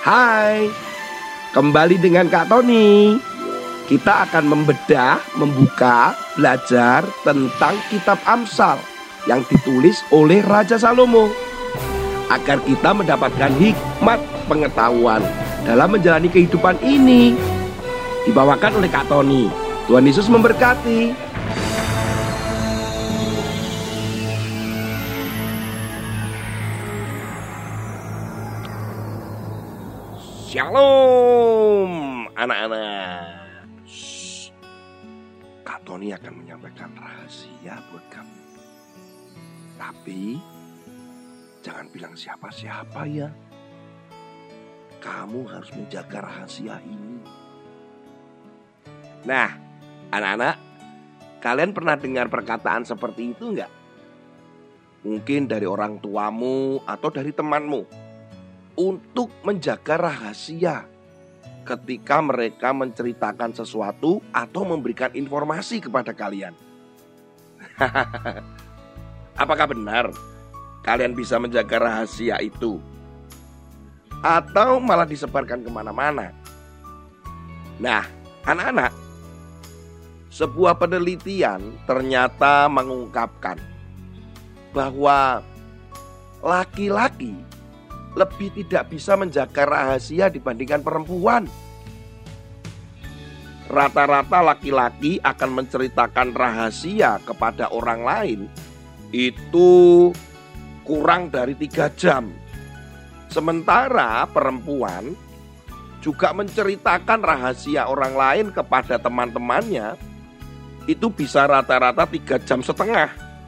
Hai, kembali dengan Kak Tony. Kita akan membedah, membuka, belajar tentang kitab Amsal yang ditulis oleh Raja Salomo, agar kita mendapatkan hikmat pengetahuan dalam menjalani kehidupan ini. Dibawakan oleh Kak Tony. Tuhan Yesus memberkati. Shalom anak-anak. Kak Tony akan menyampaikan rahasia buat kamu. Tapi jangan bilang siapa-siapa ya. Kamu harus menjaga rahasia ini. Nah, anak-anak, kalian pernah dengar perkataan seperti itu enggak? Mungkin dari orang tuamu atau dari temanmu. Untuk menjaga rahasia ketika mereka menceritakan sesuatu atau memberikan informasi kepada kalian. Apakah benar kalian bisa menjaga rahasia itu? Atau malah disebarkan kemana-mana? Nah, anak-anak, sebuah penelitian ternyata mengungkapkan bahwa laki-laki lebih tidak bisa menjaga rahasia dibandingkan perempuan. Rata-rata laki-laki akan menceritakan rahasia kepada orang lain itu kurang dari 3 jam. Sementara perempuan juga menceritakan rahasia orang lain kepada teman-temannya itu bisa rata-rata 3,5 jam.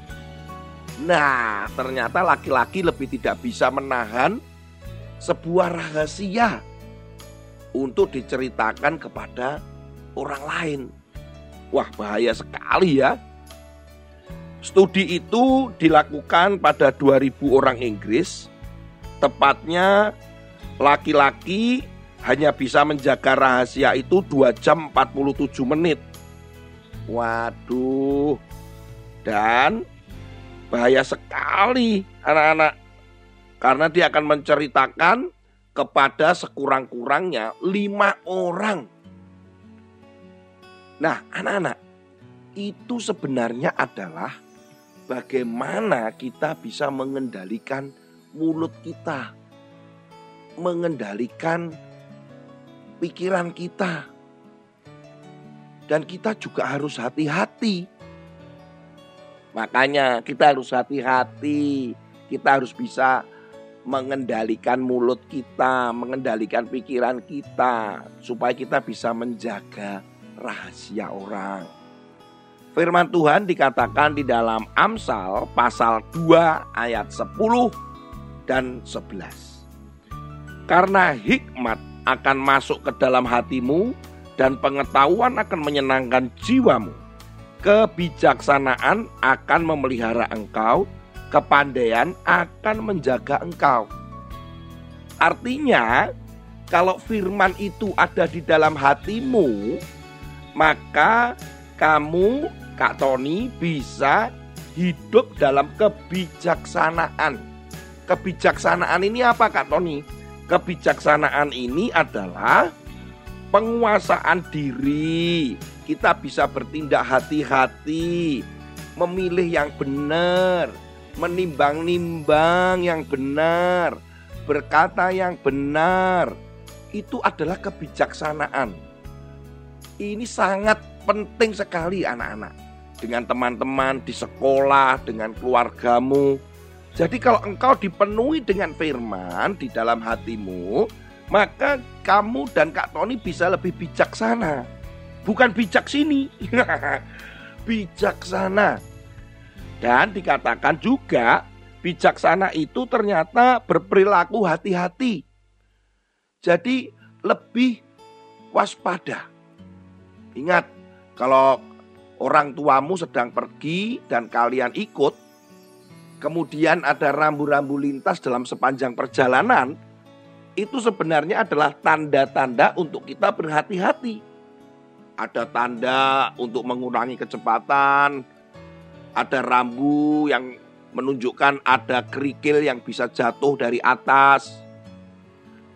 Nah, ternyata laki-laki lebih tidak bisa menahan sebuah rahasia untuk diceritakan kepada orang lain. Wah, bahaya sekali ya. Studi itu dilakukan pada 2.000 orang Inggris. Tepatnya laki-laki hanya bisa menjaga rahasia itu 2 jam 47 menit. Waduh. Dan bahaya sekali anak-anak. Karena dia akan menceritakan kepada sekurang-kurangnya 5 orang. Nah, anak-anak, itu sebenarnya adalah bagaimana kita bisa mengendalikan mulut kita, mengendalikan pikiran kita. Dan kita juga harus hati-hati. Makanya kita harus hati-hati. Kita harus bisa mengendalikan mulut kita, mengendalikan pikiran kita, supaya kita bisa menjaga rahasia orang. Firman Tuhan dikatakan di dalam Amsal pasal 2 ayat 10 dan 11. Karena hikmat akan masuk ke dalam hatimu dan pengetahuan akan menyenangkan jiwamu. Kebijaksanaan akan memelihara engkau, kepandaian akan menjaga engkau. Artinya, kalau firman itu ada di dalam hatimu, maka kamu, Kak Tony, bisa hidup dalam kebijaksanaan. Kebijaksanaan ini apa, Kak Tony? Kebijaksanaan ini adalah penguasaan diri. Kita bisa bertindak hati-hati, memilih yang benar, menimbang-nimbang yang benar, berkata yang benar. Itu adalah kebijaksanaan. Ini sangat penting sekali anak-anak. Dengan teman-teman di sekolah, dengan keluargamu. Jadi kalau engkau dipenuhi dengan firman di dalam hatimu, maka kamu dan Kak Tony bisa lebih bijaksana. Bukan bijak sini. Bijaksana. Dan dikatakan juga bijaksana itu ternyata berperilaku hati-hati. Jadi lebih waspada. Ingat, kalau orang tuamu sedang pergi dan kalian ikut, kemudian ada rambu-rambu lintas dalam sepanjang perjalanan, itu sebenarnya adalah tanda-tanda untuk kita berhati-hati. Ada tanda untuk mengurangi kecepatan, ada rambu yang menunjukkan ada kerikil yang bisa jatuh dari atas.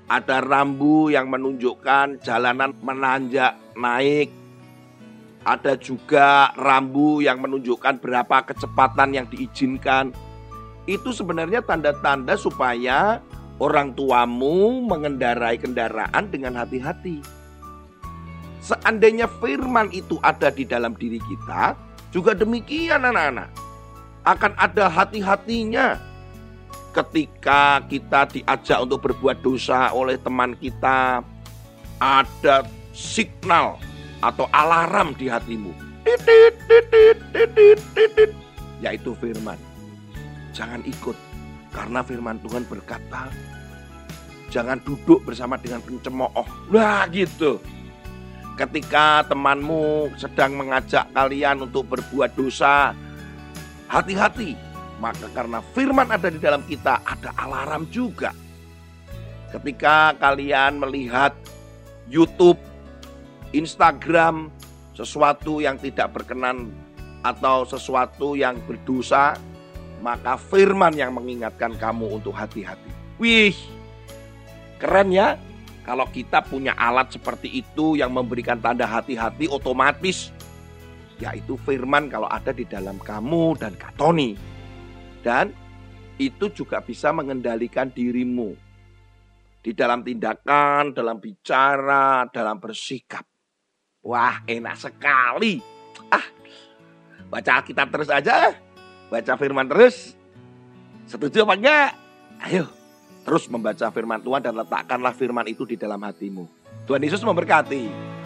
Ada rambu yang menunjukkan jalanan menanjak naik. Ada juga rambu yang menunjukkan berapa kecepatan yang diizinkan. Itu sebenarnya tanda-tanda supaya orang tuamu mengendarai kendaraan dengan hati-hati. Seandainya firman itu ada di dalam diri kita, juga demikian anak-anak. Akan ada hati-hatinya ketika kita diajak untuk berbuat dosa oleh teman kita. Ada signal atau alarm di hatimu. Titit, titit, titit, titit. Yaitu firman. Jangan ikut. Karena firman Tuhan berkata, jangan duduk bersama dengan pencemooh. Nah gitu. Ketika temanmu sedang mengajak kalian untuk berbuat dosa, hati-hati. Maka karena firman ada di dalam kita, ada alarm juga. Ketika kalian melihat YouTube, Instagram, sesuatu yang tidak berkenan atau sesuatu yang berdosa, maka firman yang mengingatkan kamu untuk hati-hati. Wih, keren ya. Kalau kita punya alat seperti itu yang memberikan tanda hati-hati otomatis, yaitu firman kalau ada di dalam kamu dan Katoni. Dan itu juga bisa mengendalikan dirimu di dalam tindakan, dalam bicara, dalam bersikap. Wah, enak sekali. Baca Alkitab terus aja. Baca firman terus. Setuju apa enggak? Ayo, terus membaca firman Tuhan dan letakkanlah firman itu di dalam hatimu. Tuhan Yesus memberkati.